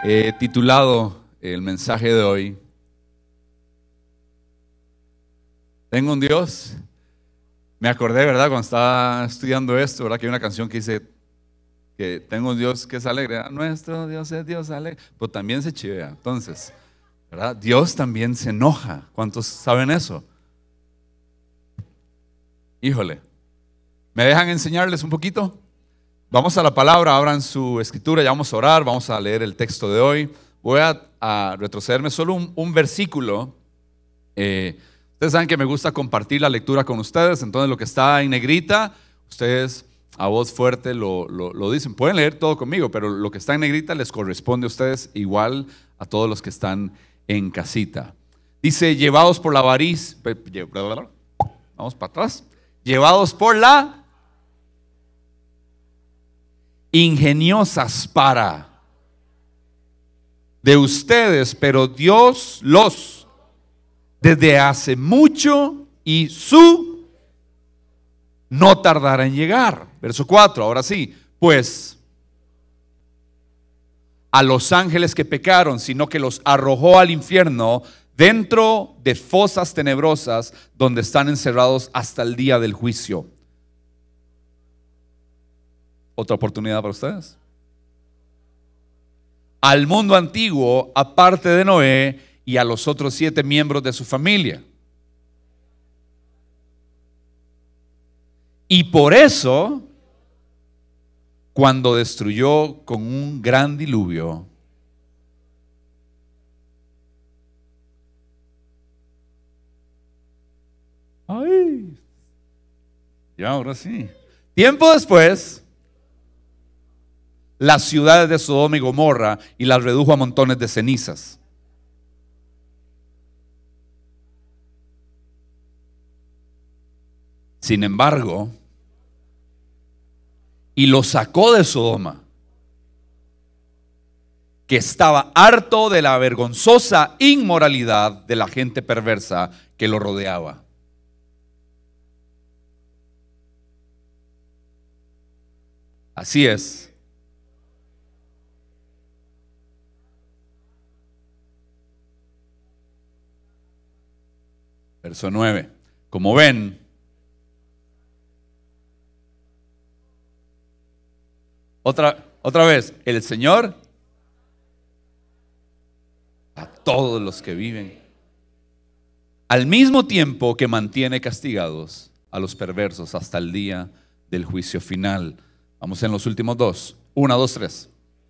He titulado el mensaje de hoy, Tengo un Dios. Me acordé, ¿verdad? Cuando estaba estudiando esto, ¿verdad? Que hay una canción que dice que tengo un Dios que es alegre. Nuestro Dios es Dios alegre, pero también se chivea. Entonces, ¿verdad? Dios también se enoja. ¿Cuántos saben eso? Híjole, ¿me dejan enseñarles un poquito? Vamos a la palabra, abran su escritura, ya vamos a orar, vamos a leer el texto de hoy. Voy a retrocederme solo un versículo. Ustedes saben que me gusta compartir la lectura con ustedes, entonces lo que está en negrita, ustedes a voz fuerte lo dicen. Pueden leer todo conmigo, pero lo que está en negrita les corresponde a ustedes igual a todos los que están en casita. Dice, llevados por la avaricia, vamos para atrás, llevados por la ingeniosas para de ustedes, pero Dios los desde hace mucho y su no tardará en llegar. Verso 4, ahora sí, pues a los ángeles que pecaron, sino que los arrojó al infierno dentro de fosas tenebrosas donde están encerrados hasta el día del juicio. Otra oportunidad para ustedes. Al mundo antiguo, aparte de Noé y a los otros 7 miembros de su familia. Y por eso, cuando destruyó con un gran diluvio, ya ahora sí. Tiempo después, las ciudades de Sodoma y Gomorra y las redujo a montones de cenizas. Sin embargo, y lo sacó de Sodoma, que estaba harto de la vergonzosa inmoralidad de la gente perversa que lo rodeaba. Así es. Verso 9. Como ven, otra vez, el Señor a todos los que viven, al mismo tiempo que mantiene castigados a los perversos hasta el día del juicio final. Vamos en los últimos dos. 1, 2, 3.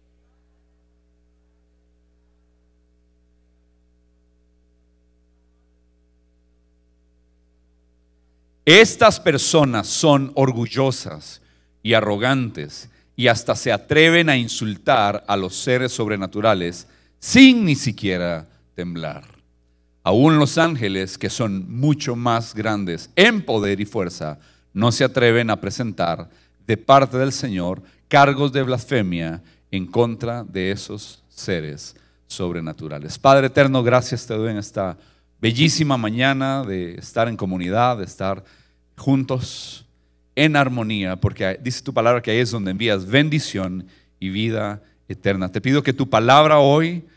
Estas personas son orgullosas y arrogantes y hasta se atreven a insultar a los seres sobrenaturales sin ni siquiera temblar. Aún los ángeles, que son mucho más grandes en poder y fuerza, no se atreven a presentar de parte del Señor cargos de blasfemia en contra de esos seres sobrenaturales. Padre eterno, gracias te doy en esta bellísima mañana de estar en comunidad, de estar juntos en armonía, porque dice tu palabra que ahí es donde envías bendición y vida eterna. Te pido que tu palabra hoy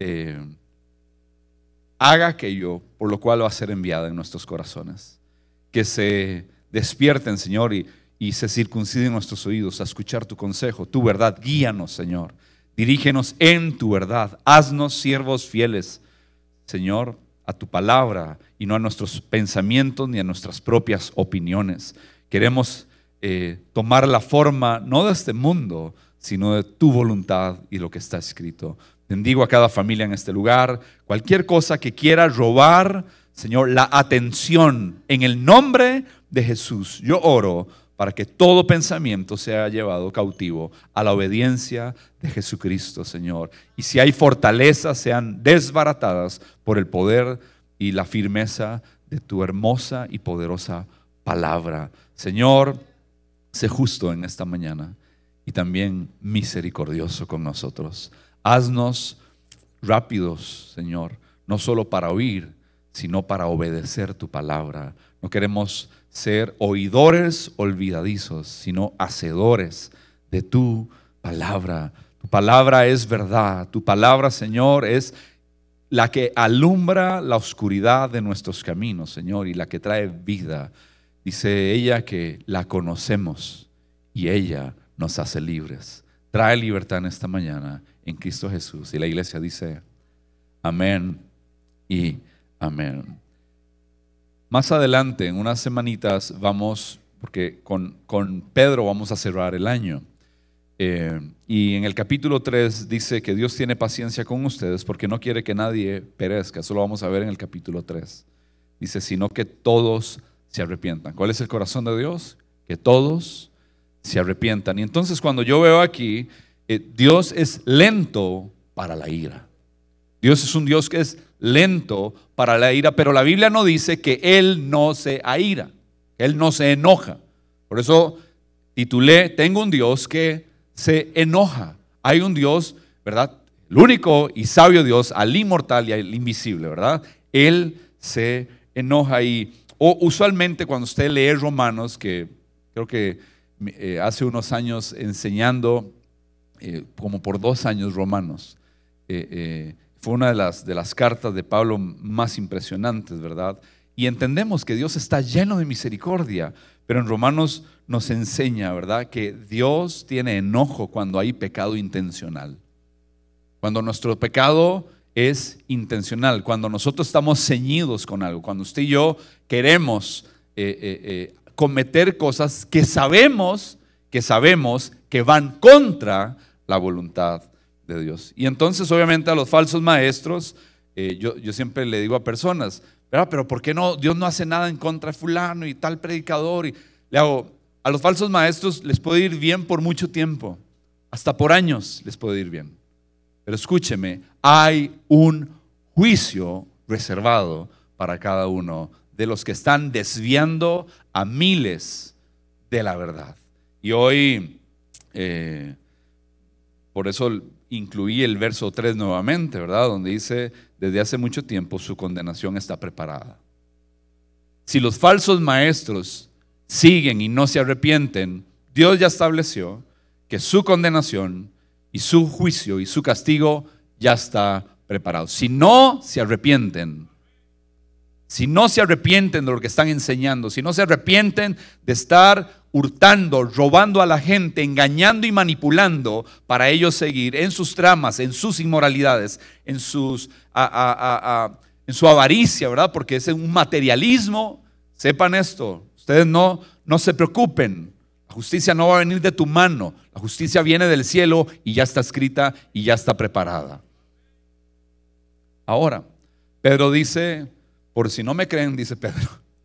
haga aquello por lo cual va a ser enviada en nuestros corazones. Que se despierten, Señor, y se circunciden nuestros oídos a escuchar tu consejo, tu verdad. Guíanos, Señor. Dirígenos en tu verdad. Haznos siervos fieles, Señor, a tu palabra y no a nuestros pensamientos ni a nuestras propias opiniones. Queremos tomar la forma no de este mundo, sino de tu voluntad y lo que está escrito. Bendigo a cada familia en este lugar. Cualquier cosa que quiera robar, Señor, la atención en el nombre de Jesús, yo oro para que todo pensamiento sea llevado cautivo a la obediencia de Jesucristo, Señor. Y si hay fortalezas, sean desbaratadas por el poder y la firmeza de tu hermosa y poderosa palabra. Señor, sé justo en esta mañana y también misericordioso con nosotros. Haznos rápidos, Señor, no solo para oír, sino para obedecer tu palabra. No queremos ser oidores olvidadizos, sino hacedores de tu palabra. Tu palabra es verdad. Tu palabra, Señor, es la que alumbra la oscuridad de nuestros caminos, Señor, y la que trae vida. Dice ella que la conocemos y ella nos hace libres. Trae libertad en esta mañana en Cristo Jesús. Y la iglesia dice amén y amén. Más adelante, en unas semanitas, porque con Pedro vamos a cerrar el año. Y en el capítulo 3 dice que Dios tiene paciencia con ustedes porque no quiere que nadie perezca. Eso lo vamos a ver en el capítulo 3. Dice, sino que todos se arrepientan. ¿Cuál es el corazón de Dios? Que todos se arrepientan. Y entonces cuando yo veo aquí, Dios es lento para la ira. Dios es un Dios que es lento para la ira, pero la Biblia no dice que Él no se aira, que Él no se enoja. Por eso titulé, tengo un Dios que se enoja. Hay un Dios, ¿verdad? El único y sabio Dios, al inmortal y al invisible, ¿verdad? Él se enoja. Y usualmente cuando usted lee Romanos, que creo que hace unos años enseñando, como por 2 años Romanos, fue una de las cartas de Pablo más impresionantes, ¿verdad? Y entendemos que Dios está lleno de misericordia, pero en Romanos nos enseña, ¿verdad?, que Dios tiene enojo cuando hay pecado intencional. Cuando nuestro pecado es intencional, cuando nosotros estamos ceñidos con algo, cuando usted y yo queremos cometer cosas que sabemos que van contra la voluntad de Dios. Y entonces obviamente a los falsos maestros, yo siempre le digo a personas, ¿verdad? Pero ¿por qué no? Dios no hace nada en contra de fulano y tal predicador. Y le hago, a los falsos maestros les puede ir bien por mucho tiempo, hasta por años les puede ir bien. Pero escúcheme, hay un juicio reservado para cada uno de los que están desviando a miles de la verdad. Y hoy, por eso incluí el verso 3 nuevamente, ¿verdad? Donde dice, desde hace mucho tiempo su condenación está preparada. Si los falsos maestros siguen y no se arrepienten, Dios ya estableció que su condenación y su juicio y su castigo ya está preparado. Si no se arrepienten de lo que están enseñando, si no se arrepienten de estar hurtando, robando a la gente, engañando y manipulando para ellos seguir en sus tramas, en sus inmoralidades, en su avaricia, ¿verdad? Porque es un materialismo. Sepan esto, ustedes no se preocupen. La justicia no va a venir de tu mano, la justicia viene del cielo y ya está escrita y ya está preparada. Ahora, Pedro dice, por si no me creen, dice Pedro,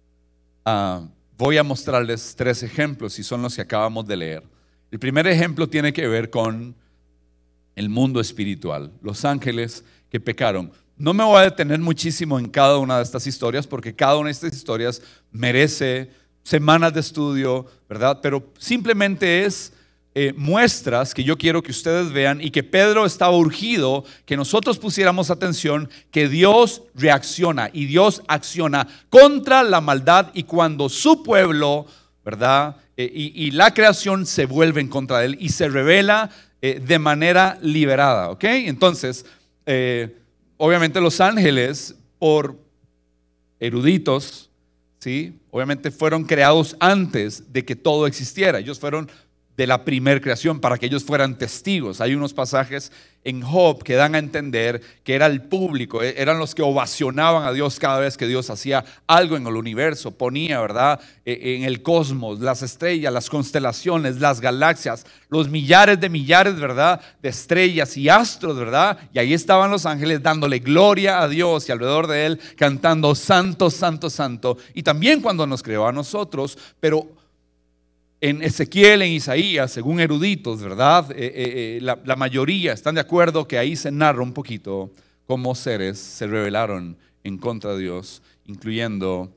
voy a mostrarles 3 ejemplos y son los que acabamos de leer. El primer ejemplo tiene que ver con el mundo espiritual, los ángeles que pecaron. No me voy a detener muchísimo en cada una de estas historias porque cada una de estas historias merece semanas de estudio, ¿verdad? Pero simplemente es muestras que yo quiero que ustedes vean y que Pedro estaba urgido que nosotros pusiéramos atención, que Dios reacciona y Dios acciona contra la maldad y cuando su pueblo, ¿verdad? Y la creación se vuelve en contra de él y se revela de manera liberada, ¿ok? Entonces, obviamente los ángeles, por eruditos, ¿sí? Obviamente fueron creados antes de que todo existiera. Ellos fueron de la primer creación para que ellos fueran testigos. Hay unos pasajes en Job que dan a entender que era el público, eran los que ovacionaban a Dios cada vez que Dios hacía algo en el universo, ponía, ¿verdad?, en el cosmos, las estrellas, las constelaciones, las galaxias, los millares, ¿verdad?, de estrellas y astros, ¿verdad? Y ahí estaban los ángeles dándole gloria a Dios y alrededor de él cantando santo, santo, santo. Y también cuando nos creó a nosotros, pero en Ezequiel, en Isaías, según eruditos, ¿verdad? La mayoría están de acuerdo que ahí se narra un poquito cómo seres se rebelaron en contra de Dios, incluyendo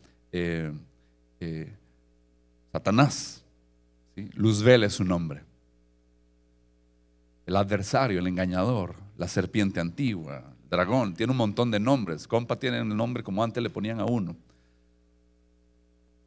Satanás, ¿sí? Luzbel es su nombre. El adversario, el engañador, la serpiente antigua, el dragón, tiene un montón de nombres. Compa tiene el nombre como antes le ponían a uno,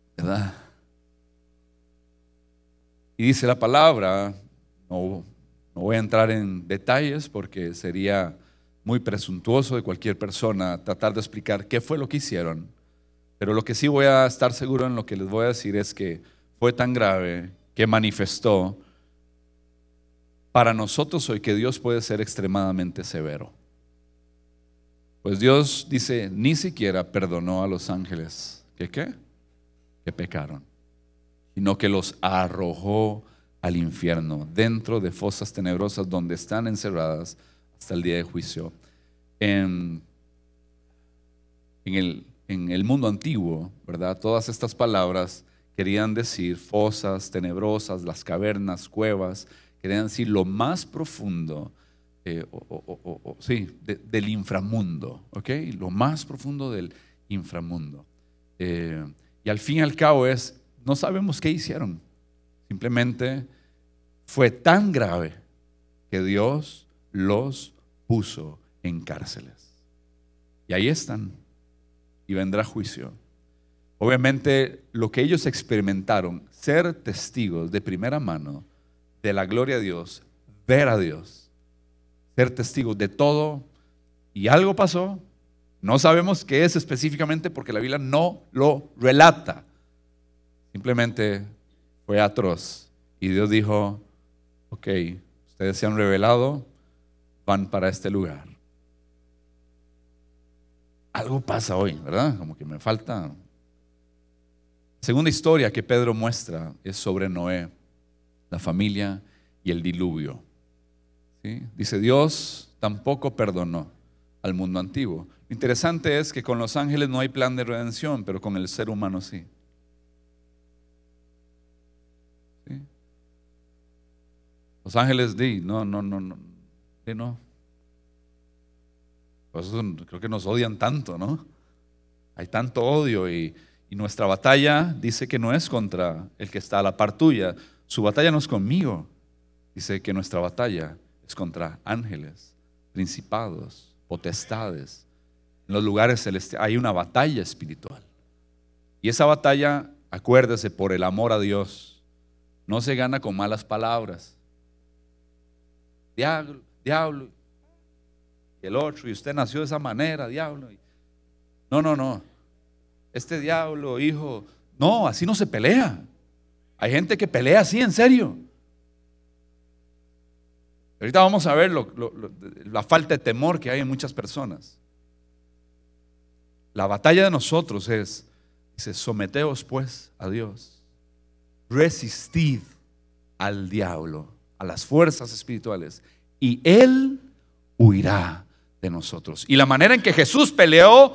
¿verdad? Y dice la palabra, no No voy a entrar en detalles porque sería muy presuntuoso de cualquier persona tratar de explicar qué fue lo que hicieron. Pero lo que sí voy a estar seguro en lo que les voy a decir es que fue tan grave que manifestó para nosotros hoy que Dios puede ser extremadamente severo. Pues Dios dice, ni siquiera perdonó a los ángeles que pecaron, sino que los arrojó al infierno, dentro de fosas tenebrosas donde están encerradas hasta el día de juicio. En el mundo antiguo, ¿verdad? Todas estas palabras querían decir fosas tenebrosas, las cavernas, cuevas, querían decir lo más profundo, del inframundo, ¿ok? Lo más profundo del inframundo. Y al fin y al cabo no sabemos qué hicieron. Simplemente fue tan grave que Dios los puso en cárceles. Y ahí están. Y vendrá juicio. Obviamente lo que ellos experimentaron, ser testigos de primera mano de la gloria de Dios, ver a Dios, ser testigos de todo, y algo pasó. No sabemos qué es específicamente porque la Biblia no lo relata. Simplemente fue atroz. Y Dios dijo, ok, ustedes se han revelado, van para este lugar. Algo pasa hoy, ¿verdad? Como que me falta. Segunda historia que Pedro muestra es sobre Noé, la familia y el diluvio. ¿Sí? Dice, Dios tampoco perdonó al mundo antiguo. Lo interesante es que con los ángeles no hay plan de redención, pero con el ser humano sí. ¿Sí? Los ángeles no. Por eso creo que nos odian tanto, ¿no? Hay tanto odio y nuestra batalla dice que no es contra el que está a la par tuya. Su batalla no es conmigo. Dice que nuestra batalla es contra ángeles, principados, potestades. En los lugares celestiales hay una batalla espiritual. Y esa batalla, acuérdese, por el amor a Dios, no se gana con malas palabras. Diablo, y el otro, y usted nació de esa manera, diablo. No. Este diablo, hijo, no, así no se pelea. Hay gente que pelea así, en serio. Ahorita vamos a ver la falta de temor que hay en muchas personas. La batalla de nosotros dice, someteos pues a Dios, resistid al diablo, a las fuerzas espirituales, y Él huirá de nosotros. Y la manera en que Jesús peleó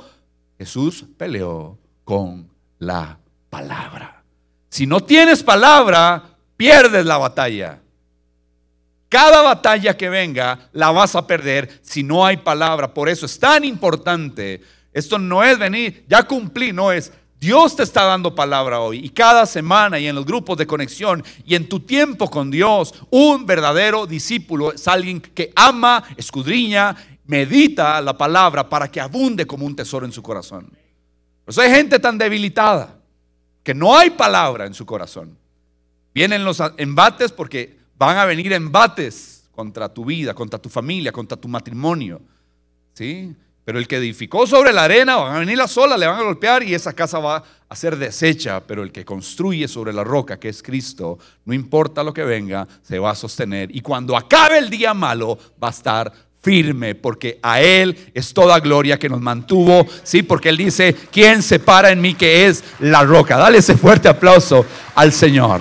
con la palabra. Si no tienes palabra, pierdes la batalla. Cada batalla que venga la vas a perder si no hay palabra. Por eso es tan importante. Esto no es venir, ya cumplí, no es. Dios te está dando palabra hoy, y cada semana y en los grupos de conexión y en tu tiempo con Dios, un verdadero discípulo es alguien que ama, escudriña, medita la palabra para que abunde como un tesoro en su corazón. Por eso hay gente tan debilitada que no hay palabra en su corazón. Vienen los embates porque van a venir embates contra tu vida, contra tu familia, contra tu matrimonio, ¿sí? Pero el que edificó sobre la arena, van a venir las olas, le van a golpear y esa casa va a ser deshecha. Pero el que construye sobre la roca, que es Cristo, no importa lo que venga, se va a sostener. Y cuando acabe el día malo, va a estar firme, porque a Él es toda gloria que nos mantuvo. Sí, porque Él dice, ¿quién se para en mí, que es la roca? Dale ese fuerte aplauso al Señor.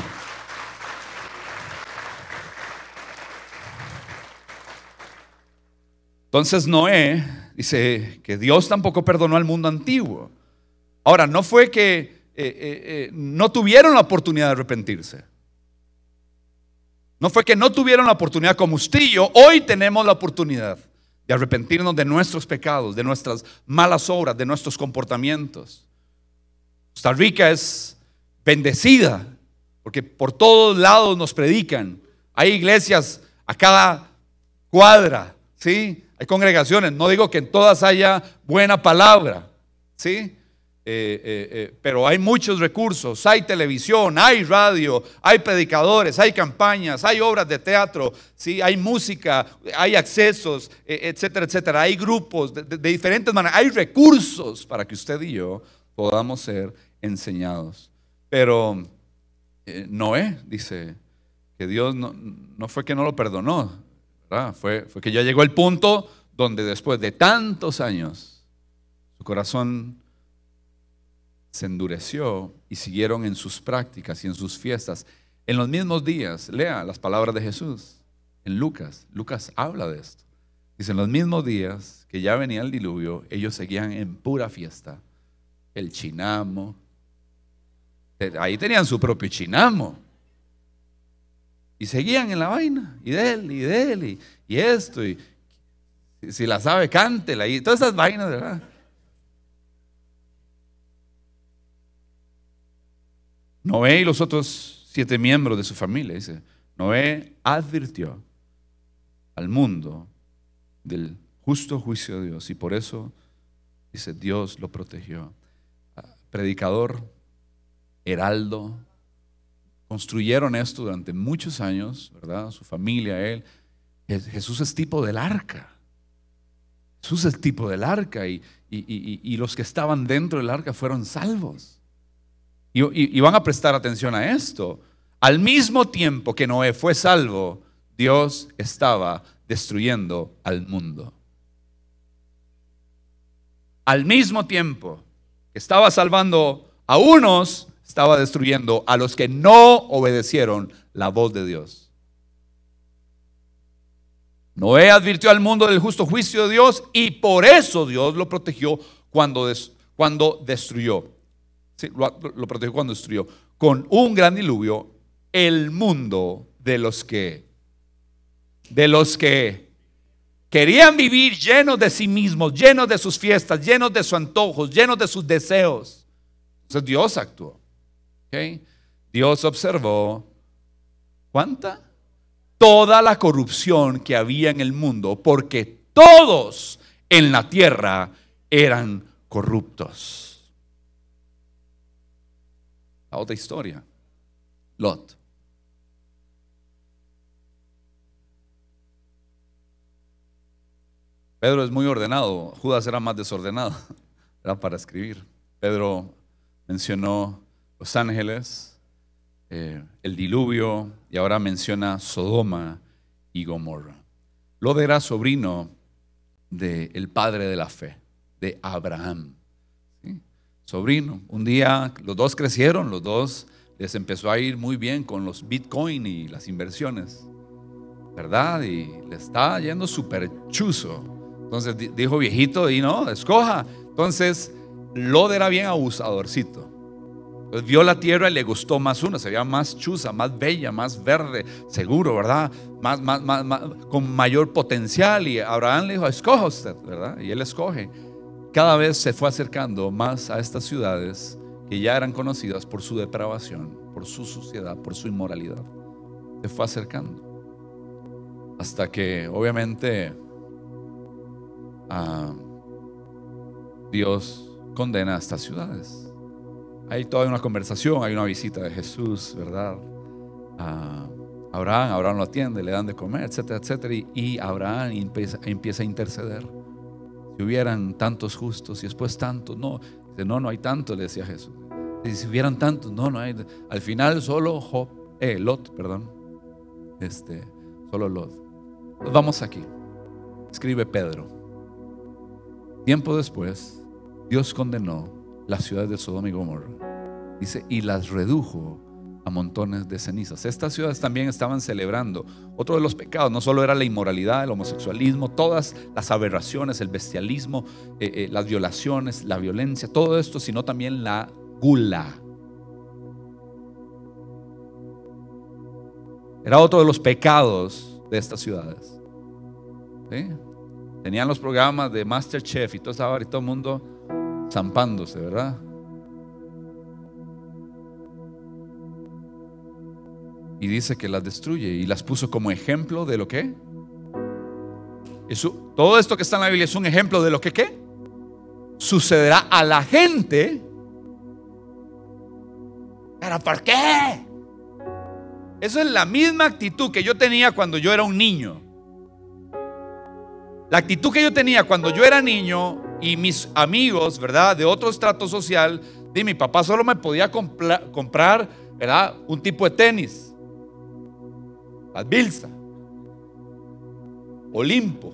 Entonces Noé dice que Dios tampoco perdonó al mundo antiguo. Ahora, no fue que no tuvieron la oportunidad de arrepentirse. No fue que no tuvieron la oportunidad como usted y yo. Hoy tenemos la oportunidad de arrepentirnos de nuestros pecados, de nuestras malas obras, de nuestros comportamientos. Costa Rica es bendecida porque por todos lados nos predican. Hay iglesias a cada cuadra, ¿sí? Hay congregaciones, no digo que en todas haya buena palabra, ¿sí? pero hay muchos recursos, hay televisión, hay radio, hay predicadores, hay campañas, hay obras de teatro, ¿sí? Hay música, hay accesos, etcétera, etcétera. Hay grupos de diferentes maneras, hay recursos para que usted y yo podamos ser enseñados. Pero Noé dice que Dios no fue que no lo perdonó, ¿verdad? Fue que ya llegó el punto donde después de tantos años su corazón se endureció y siguieron en sus prácticas y en sus fiestas. En los mismos días, lea las palabras de Jesús en Lucas. Lucas habla de esto. Dice, en los mismos días que ya venía el diluvio, ellos seguían en pura fiesta. El chinamo. Ahí tenían su propio chinamo. Y seguían en la vaina. Y de él, y esto. Y si la sabe, cántela. Y todas esas vainas, ¿verdad? Noé y los otros 7 miembros de su familia, dice, Noé advirtió al mundo del justo juicio de Dios y por eso, dice, Dios lo protegió. Predicador, heraldo, construyeron esto durante muchos años, ¿verdad? Su familia, él. Jesús es tipo del arca. Jesús es tipo del arca y los que estaban dentro del arca fueron salvos. Y van a prestar atención a esto. Al mismo tiempo que Noé fue salvo, Dios estaba destruyendo al mundo. Al mismo tiempo que estaba salvando a unos, estaba destruyendo a los que no obedecieron la voz de Dios. Noé advirtió al mundo del justo juicio de Dios y por eso Dios lo protegió cuando destruyó. Sí, lo protegió cuando destruyó con un gran diluvio el mundo de los que querían vivir llenos de sí mismos, llenos de sus fiestas, llenos de sus antojos, llenos de sus deseos. Entonces Dios actuó. ¿Okay? Dios observó ¿cuánta? Toda la corrupción que había en el mundo, porque todos en la tierra eran corruptos. La otra historia, Lot. Pedro es muy ordenado, Judas era más desordenado, era para escribir. Pedro mencionó los ángeles, el diluvio y ahora menciona Sodoma y Gomorra. Lot era sobrino del padre de la fe, de Abraham. Sobrino, un día los dos crecieron, los dos les empezó a ir muy bien con los Bitcoin y las inversiones, ¿verdad? Y le está yendo súper chuzo. Entonces dijo viejito, y no, escoja. Entonces Lot era bien abusadorcito. Entonces vio la tierra y le gustó más una, se veía más chuza, más bella, más verde, seguro, ¿verdad? Más, con mayor potencial. Y Abraham le dijo, escoja usted, ¿verdad? Y él escoge. Cada vez se fue acercando más a estas ciudades que ya eran conocidas por su depravación, por su suciedad, por su inmoralidad. Se fue acercando hasta que obviamente Dios condena a estas ciudades. Hay toda una conversación, hay una visita de Jesús, ¿verdad? Abraham lo atiende, le dan de comer, etcétera, etcétera. Y Abraham empieza a interceder. Si hubieran tantos justos y después tantos, no hay tantos, le decía Jesús. Y si hubieran tantos, no hay. Al final solo Lot, perdón. Solo Lot. Vamos aquí. Escribe Pedro. Tiempo después, Dios condenó las ciudades de Sodoma y Gomorra. Dice, y las redujo a montones de cenizas. Estas ciudades también estaban celebrando otro de los pecados. No solo era la inmoralidad, el homosexualismo, todas las aberraciones, el bestialismo, las violaciones, la violencia, todo esto, sino también la gula. Era otro de los pecados de estas ciudades. ¿Sí? Tenían los programas de MasterChef y todo estaba y todo el mundo zampándose, ¿verdad? Y dice que las destruye y las puso como ejemplo de lo que todo esto que está en la Biblia es un ejemplo de lo que sucederá a la gente ¿Pero por qué? Eso es la misma actitud que yo tenía cuando yo era un niño. La actitud que yo tenía cuando yo era niño y mis amigos, ¿verdad?, de otro estrato social, de mi papá solo me podía comprar, ¿verdad?, un tipo de tenis, las Bilsa, Olimpo.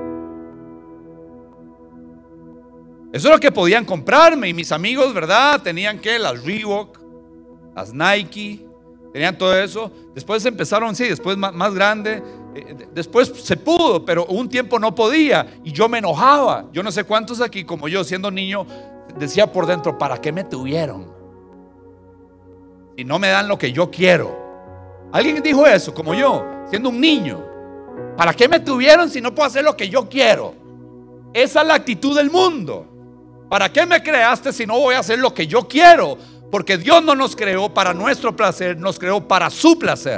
Eso es lo que podían comprarme. Y mis amigos, ¿verdad?, tenían que las Reebok, las Nike, tenían todo eso. Después empezaron, sí, después más grande. Después se pudo, pero un tiempo no podía y yo me enojaba. Yo no sé cuántos aquí, como yo, siendo niño, decía por dentro: ¿para qué me tuvieron si no me dan lo que yo quiero? Alguien dijo eso, como yo, siendo un niño: ¿para qué me tuvieron si no puedo hacer lo que yo quiero? Esa es la actitud del mundo. ¿Para qué me creaste si no voy a hacer lo que yo quiero? Porque Dios no nos creó para nuestro placer, nos creó para su placer.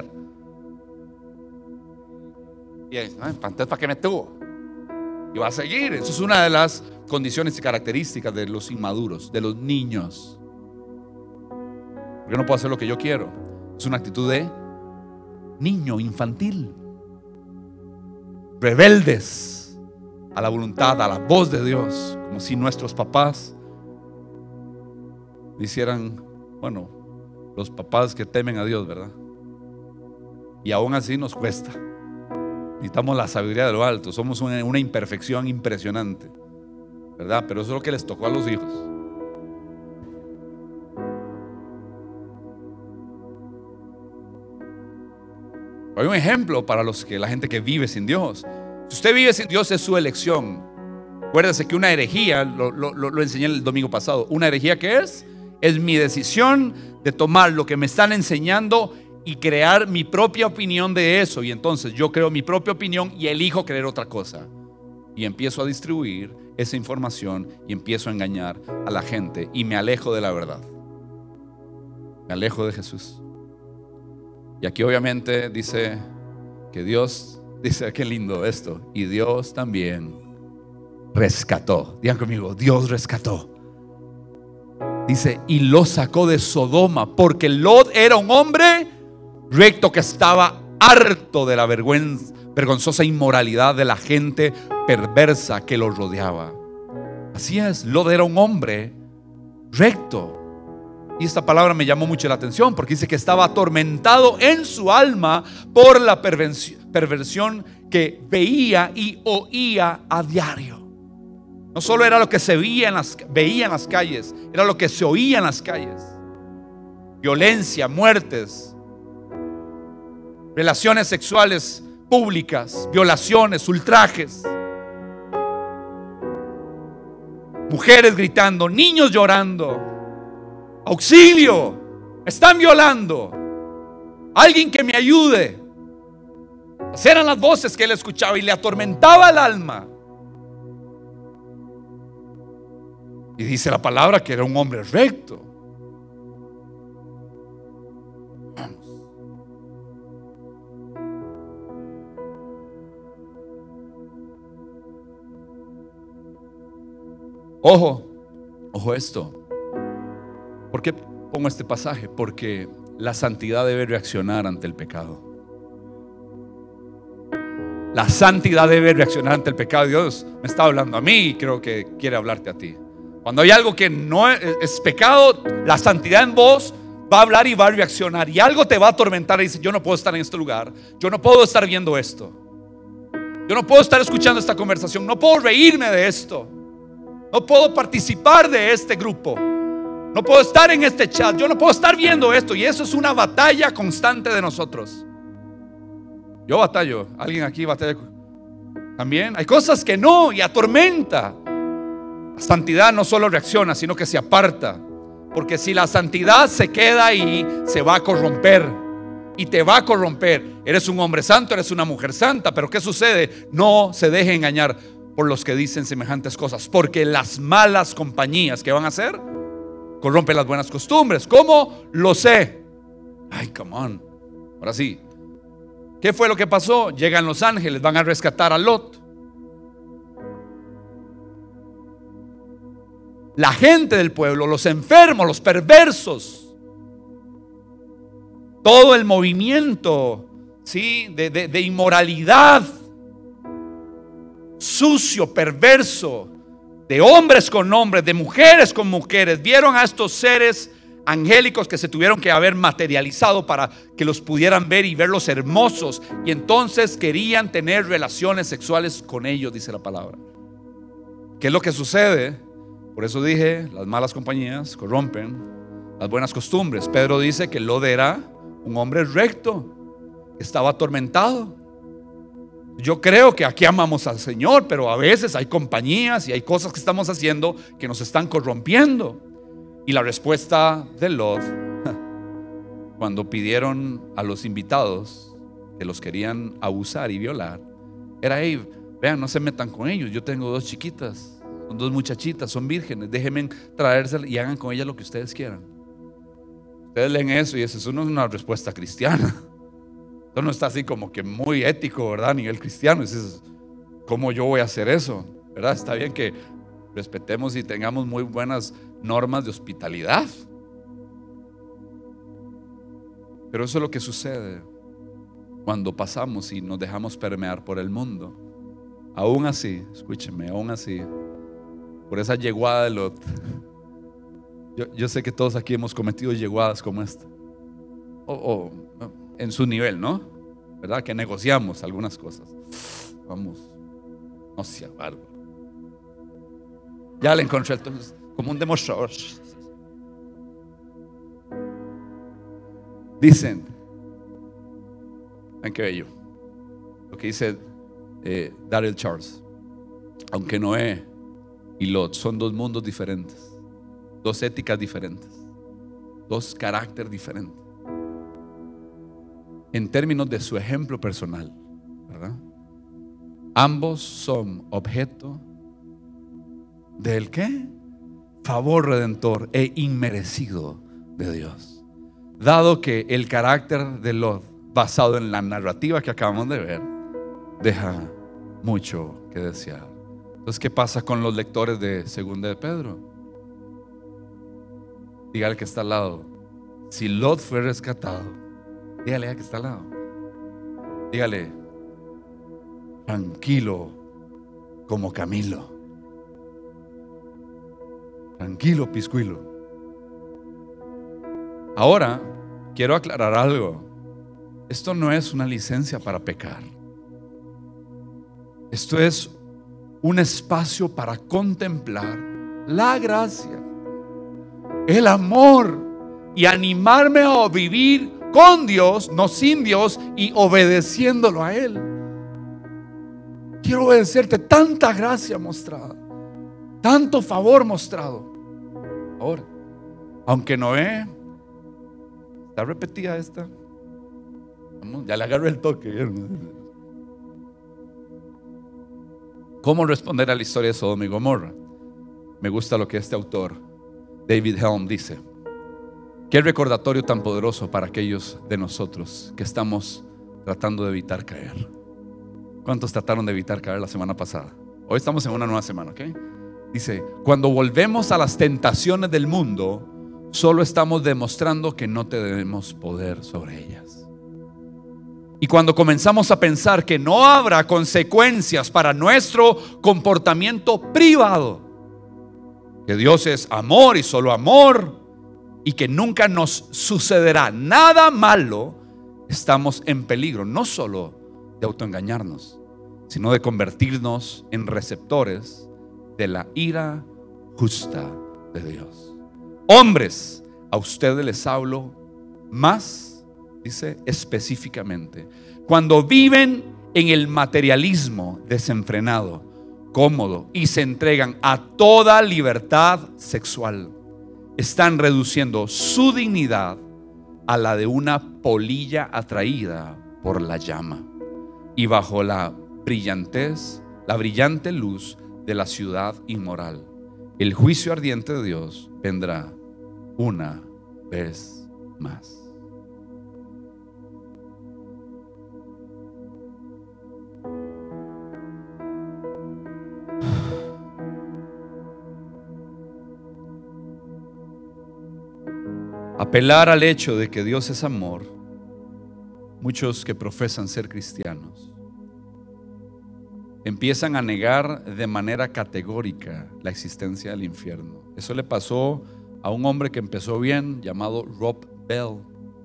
Y entonces, ¿para qué me tuvo? Y va a seguir. Eso es una de las condiciones y características de los inmaduros, de los niños. Porque no puedo hacer lo que yo quiero. Es una actitud de niño, infantil. Rebeldes a la voluntad, a la voz de Dios. Como si nuestros papás hicieran, bueno, los papás que temen a Dios, ¿verdad? Y aún así nos cuesta. Necesitamos la sabiduría de lo alto. Somos una imperfección impresionante, ¿verdad? Pero eso es lo que les tocó a los hijos. Hay un ejemplo para la gente que vive sin Dios. Si usted vive sin Dios, es su elección. Acuérdese que una herejía, lo enseñé el domingo pasado. Una herejía, ¿qué es? Es mi decisión de tomar lo que me están enseñando y crear mi propia opinión de eso. Y entonces yo creo mi propia opinión y elijo creer otra cosa. Y empiezo a distribuir esa información y empiezo a engañar a la gente. Y me alejo de la verdad. Me alejo de Jesús. Y aquí obviamente dice que Dios, dice, qué lindo esto. Y Dios también rescató. Digan conmigo: Dios rescató. Dice: y lo sacó de Sodoma, porque Lot era un hombre recto que estaba harto de la vergonzosa inmoralidad de la gente perversa que lo rodeaba. Así es, Lot era un hombre recto. Y esta palabra me llamó mucho la atención, porque dice que estaba atormentado en su alma por la perversión que veía y oía a diario. No solo era lo que se veía en las calles, era lo que se oía en las calles. Violencia, muertes, relaciones sexuales públicas, violaciones, ultrajes, mujeres gritando, niños llorando: auxilio, me están violando, alguien que me ayude. Esas eran las voces que él escuchaba y le atormentaba el alma. Y dice la palabra que era un hombre recto. Ojo esto. ¿Por qué pongo este pasaje? Porque la santidad debe reaccionar ante el pecado. La santidad debe reaccionar ante el pecado. Dios me está hablando a mí y creo que quiere hablarte a ti. Cuando hay algo que no es pecado, la santidad en vos va a hablar y va a reaccionar. Y algo te va a atormentar y dice: yo no puedo estar en este lugar, yo no puedo estar viendo esto, yo no puedo estar escuchando esta conversación, no puedo reírme de esto, no puedo participar de este grupo, no puedo estar en este chat, yo no puedo estar viendo esto. Y eso es una batalla constante de nosotros. Yo batallo. ¿Alguien aquí batalla también? Hay cosas que no, y atormenta. La santidad no solo reacciona, sino que se aparta. Porque si la santidad se queda ahí, se va a corromper. Y te va a corromper. Eres un hombre santo, eres una mujer santa. Pero ¿qué sucede? No se deje engañar por los que dicen semejantes cosas. Porque las malas compañías, ¿qué van a hacer? Corrompen las buenas costumbres. ¿Cómo? Lo sé. Ay, come on. Ahora sí. ¿Qué fue lo que pasó? Llegan los ángeles, van a rescatar a Lot. La gente del pueblo, los enfermos, los perversos, todo el movimiento, ¿sí?, de inmoralidad, sucio, perverso, de hombres con hombres, de mujeres con mujeres. Vieron a estos seres angélicos que se tuvieron que haber materializado para que los pudieran ver y verlos hermosos, y entonces querían tener relaciones sexuales con ellos, dice la palabra. ¿Qué es lo que sucede? Por eso dije, las malas compañías corrompen las buenas costumbres. Pedro dice que Lot era un hombre recto, estaba atormentado. Yo creo que aquí amamos al Señor, pero a veces hay compañías y hay cosas que estamos haciendo que nos están corrompiendo. Y la respuesta de Lot, cuando pidieron a los invitados que los querían abusar y violar, era: hey, vean, no se metan con ellos, yo tengo 2 chiquitas, son 2 muchachitas, son vírgenes, déjenme traérselas y hagan con ellas lo que ustedes quieran. Ustedes leen eso y eso no es una respuesta cristiana. Eso no está así como que muy ético, ¿verdad? A nivel cristiano. Dices, ¿cómo yo voy a hacer eso? ¿Verdad? Está bien que respetemos y tengamos muy buenas normas de hospitalidad, pero eso es lo que sucede cuando pasamos y nos dejamos permear por el mundo. Aún así, escúchenme, aún así, por esa yeguada de Lot, yo sé que todos aquí hemos cometido yeguadas como esta, o en su nivel, ¿no? ¿Verdad? Que negociamos algunas cosas. Vamos, no sea bárbaro. Ya le encontré entonces, como un demostrador. Dicen, ven qué bello lo que dice Darrell Charles: aunque Noé y Lot son 2 mundos diferentes, 2 éticas diferentes, 2 caracteres diferentes en términos de su ejemplo personal, ¿verdad? Ambos son objeto del ¿qué? Favor redentor e inmerecido de Dios. Dado que el carácter de Lot, basado en la narrativa que acabamos de ver, deja mucho que desear. Entonces, ¿qué pasa con los lectores de Segunda de Pedro? Dígale que está al lado: si Lot fue rescatado, dígale que está al lado, dígale: tranquilo como Camilo, tranquilo Piscuilo. Ahora quiero aclarar algo: esto no es una licencia para pecar. Esto es un espacio para contemplar la gracia, el amor, y animarme a vivir con Dios, no sin Dios, y obedeciéndolo a Él. Quiero obedecerte, tanta gracia mostrada, tanto favor mostrado. Ahora, aunque Noé, está repetida esta, vamos, ya le agarré el toque. ¿Cómo responder a la historia de Sodoma y Gomorra? Me gusta lo que este autor, David Helm, dice: qué recordatorio tan poderoso para aquellos de nosotros que estamos tratando de evitar caer. ¿Cuántos trataron de evitar caer la semana pasada? Hoy estamos en una nueva semana, ¿ok? Dice: cuando volvemos a las tentaciones del mundo, solo estamos demostrando que no tenemos poder sobre ellas. Y cuando comenzamos a pensar que no habrá consecuencias para nuestro comportamiento privado, que Dios es amor y solo amor, y que nunca nos sucederá nada malo, estamos en peligro no solo de autoengañarnos, sino de convertirnos en receptores de la ira justa de Dios. Hombres, a ustedes les hablo más, dice específicamente, cuando viven en el materialismo desenfrenado, cómodo, y se entregan a toda libertad sexual, están reduciendo su dignidad a la de una polilla atraída por la llama y bajo la brillante luz de la ciudad inmoral. El juicio ardiente de Dios vendrá una vez más. Apelar al hecho de que Dios es amor muchos que profesan ser cristianos empiezan a negar de manera categórica la existencia del infierno. Eso le pasó a un hombre que empezó bien, llamado Rob Bell.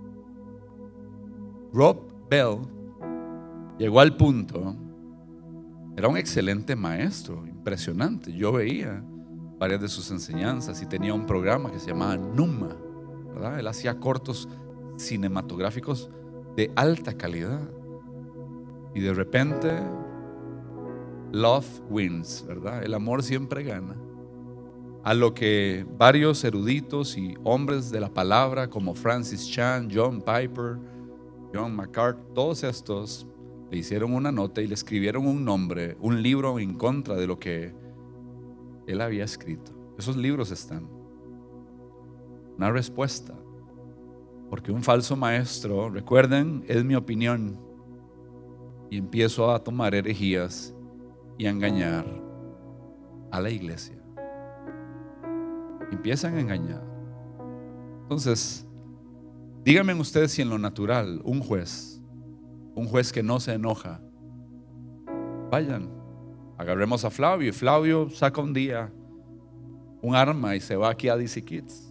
Rob Bell llegó al punto, era un excelente maestro, impresionante. Yo veía varias de sus enseñanzas y tenía un programa que se llamaba Numa, ¿verdad? Él hacía cortos cinematográficos de alta calidad. Y de repente, love wins, ¿verdad? El amor siempre gana. A lo que varios eruditos y hombres de la palabra como Francis Chan, John Piper, John MacArthur, todos estos le hicieron una nota y le escribieron un nombre, un libro en contra de lo que él había escrito. Esos libros están. Una respuesta. Porque un falso maestro, recuerden, es mi opinión, y empiezo a tomar herejías y a engañar a la iglesia. Empiezan a engañar. Entonces, díganme ustedes si en lo natural un juez que no se enoja, vayan, agarremos a Flavio y Flavio saca un día un arma y se va aquí a DC Kids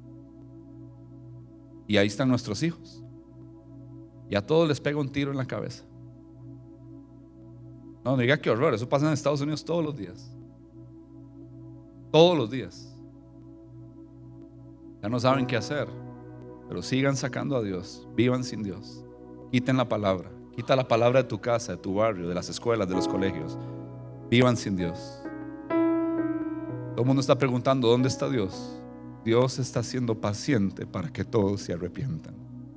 y ahí están nuestros hijos y a todos les pega un tiro en la cabeza. No diga qué horror, eso pasa en Estados Unidos todos los días. Todos los días. Ya no saben qué hacer, pero sigan sacando a Dios, vivan sin Dios. Quiten la palabra, quita la palabra de tu casa, de tu barrio, de las escuelas, de los colegios. Vivan sin Dios. Todo el mundo está preguntando, ¿dónde está Dios? Dios está siendo paciente para que todos se arrepientan.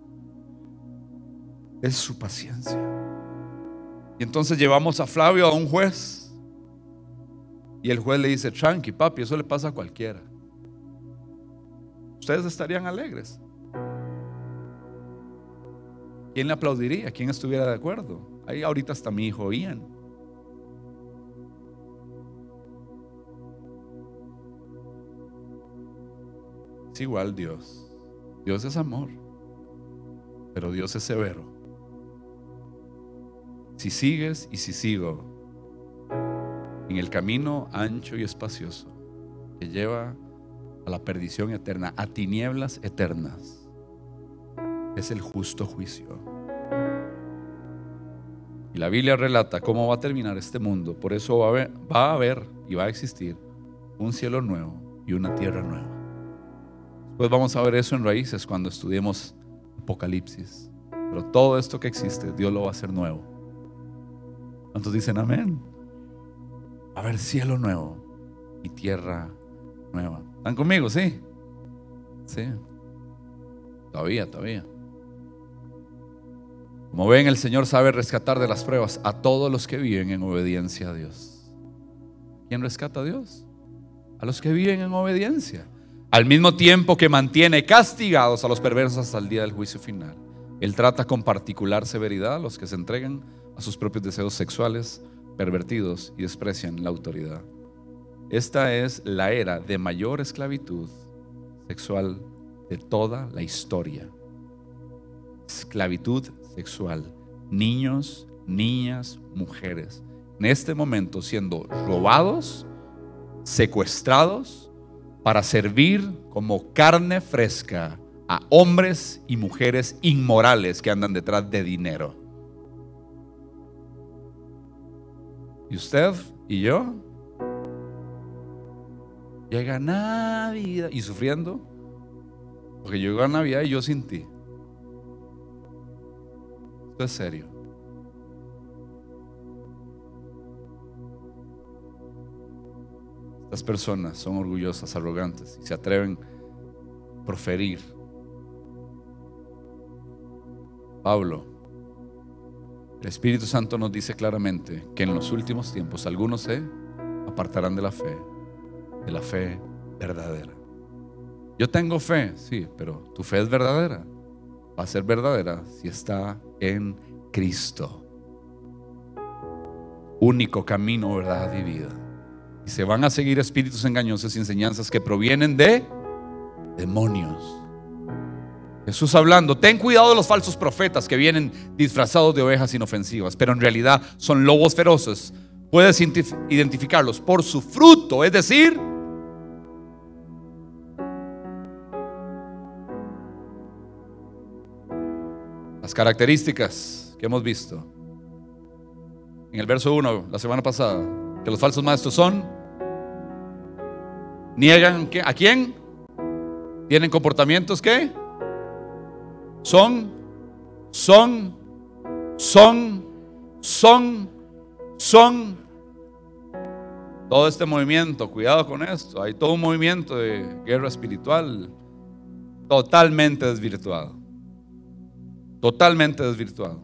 Es su paciencia. Y entonces llevamos a Flavio a un juez y el juez le dice, tranqui papi, eso le pasa a cualquiera. Ustedes estarían alegres. ¿Quién le aplaudiría? ¿Quién estuviera de acuerdo? Ahí ahorita está mi hijo Ian. Es igual Dios. Dios es amor, pero Dios es severo. Si sigues y si sigo en el camino ancho y espacioso que lleva a la perdición eterna, a tinieblas eternas, es el justo juicio. Y la Biblia relata cómo va a terminar este mundo. Por eso va a haber y va a existir un cielo nuevo y una tierra nueva. Después vamos a ver eso en Raíces cuando estudiemos Apocalipsis. Pero todo esto que existe, Dios lo va a hacer nuevo. ¿Cuántos dicen amén? Va a haber cielo nuevo y tierra nueva. ¿Están conmigo? Sí. Sí. Todavía. Como ven, el Señor sabe rescatar de las pruebas a todos los que viven en obediencia a Dios. ¿Quién rescata a Dios? A los que viven en obediencia. Al mismo tiempo que mantiene castigados a los perversos hasta el día del juicio final. Él trata con particular severidad a los que se entregan a sus propios deseos sexuales pervertidos y desprecian la autoridad. Esta es la era de mayor esclavitud sexual de toda la historia. Esclavitud sexual. Niños, niñas, mujeres, en este momento siendo robados, secuestrados para servir como carne fresca a hombres y mujeres inmorales que andan detrás de dinero. Y usted y yo llega Navidad y sufriendo porque llegó a Navidad y yo sin ti. Esto es serio. Estas personas son orgullosas, arrogantes y se atreven a proferir. Pablo, el Espíritu Santo nos dice claramente que en los últimos tiempos algunos se apartarán de la fe verdadera. Yo tengo fe, sí, pero tu fe es verdadera. Va a ser verdadera si está en Cristo. Único camino, verdad y vida. Y se van a seguir espíritus engañosos y enseñanzas que provienen de demonios. Jesús hablando, ten cuidado de los falsos profetas que vienen disfrazados de ovejas inofensivas, pero en realidad son lobos feroces. Puedes identificarlos por su fruto, es decir, las características que hemos visto en el verso 1 la semana pasada, que los falsos maestros niegan ¿a quién? Tienen comportamientos que son todo este movimiento. Cuidado con esto, hay todo un movimiento de guerra espiritual totalmente desvirtuado. Totalmente desvirtuado.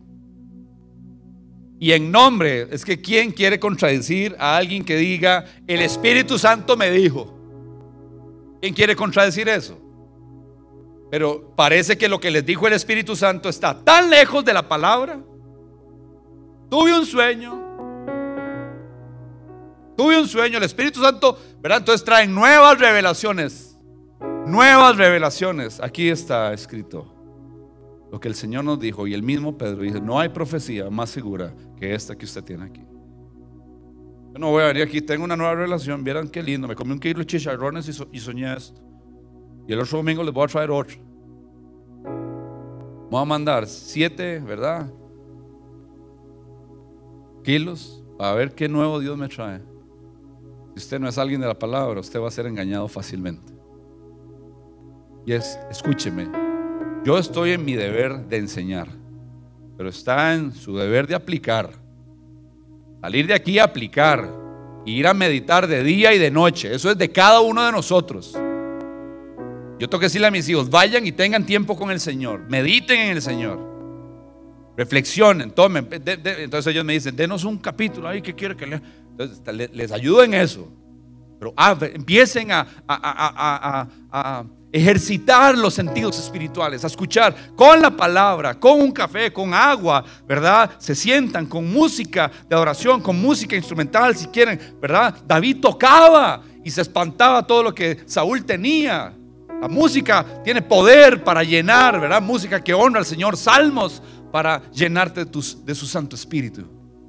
Y en nombre, es que ¿quién quiere contradecir a alguien que diga el Espíritu Santo me dijo? ¿Quién quiere contradecir eso? Pero parece que lo que les dijo el Espíritu Santo está tan lejos de la palabra. Tuve un sueño, el Espíritu Santo, ¿verdad? Entonces traen nuevas revelaciones. Aquí está escrito lo que el Señor nos dijo, y el mismo Pedro dice, no hay profecía más segura que esta que usted tiene aquí. Yo no voy a venir aquí, tengo una nueva revelación, vieran qué lindo, me comí un kilo de chicharrones y soñé esto. Y el otro domingo les voy a traer otro. Voy a mandar 7, ¿verdad?, kilos a ver qué nuevo Dios me trae. Si usted no es alguien de la palabra, usted va a ser engañado fácilmente. Y escúcheme, yo estoy en mi deber de enseñar, pero está en su deber de aplicar. Salir de aquí a aplicar, ir a meditar de día y de noche. Eso es de cada uno de nosotros. Yo tengo que decirle a mis hijos, vayan y tengan tiempo con el Señor, mediten en el Señor, reflexionen, tomen. Entonces ellos me dicen, denos un capítulo ahí que quiere que lea. Entonces les ayudo en eso. Pero empiecen a ejercitar los sentidos espirituales, a escuchar con la palabra, con un café, con agua, ¿verdad? Se sientan con música de adoración, con música instrumental si quieren, ¿verdad? David tocaba y se espantaba todo lo que Saúl tenía. La música tiene poder para llenar, ¿verdad? Música que honra al Señor, salmos para llenarte de su Santo Espíritu.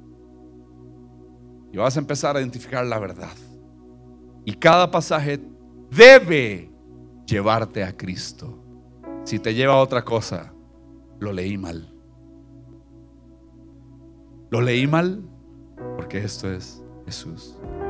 Y vas a empezar a identificar la verdad. Y cada pasaje debe llevarte a Cristo. Si te lleva a otra cosa, lo leí mal. Lo leí mal porque esto es Jesús.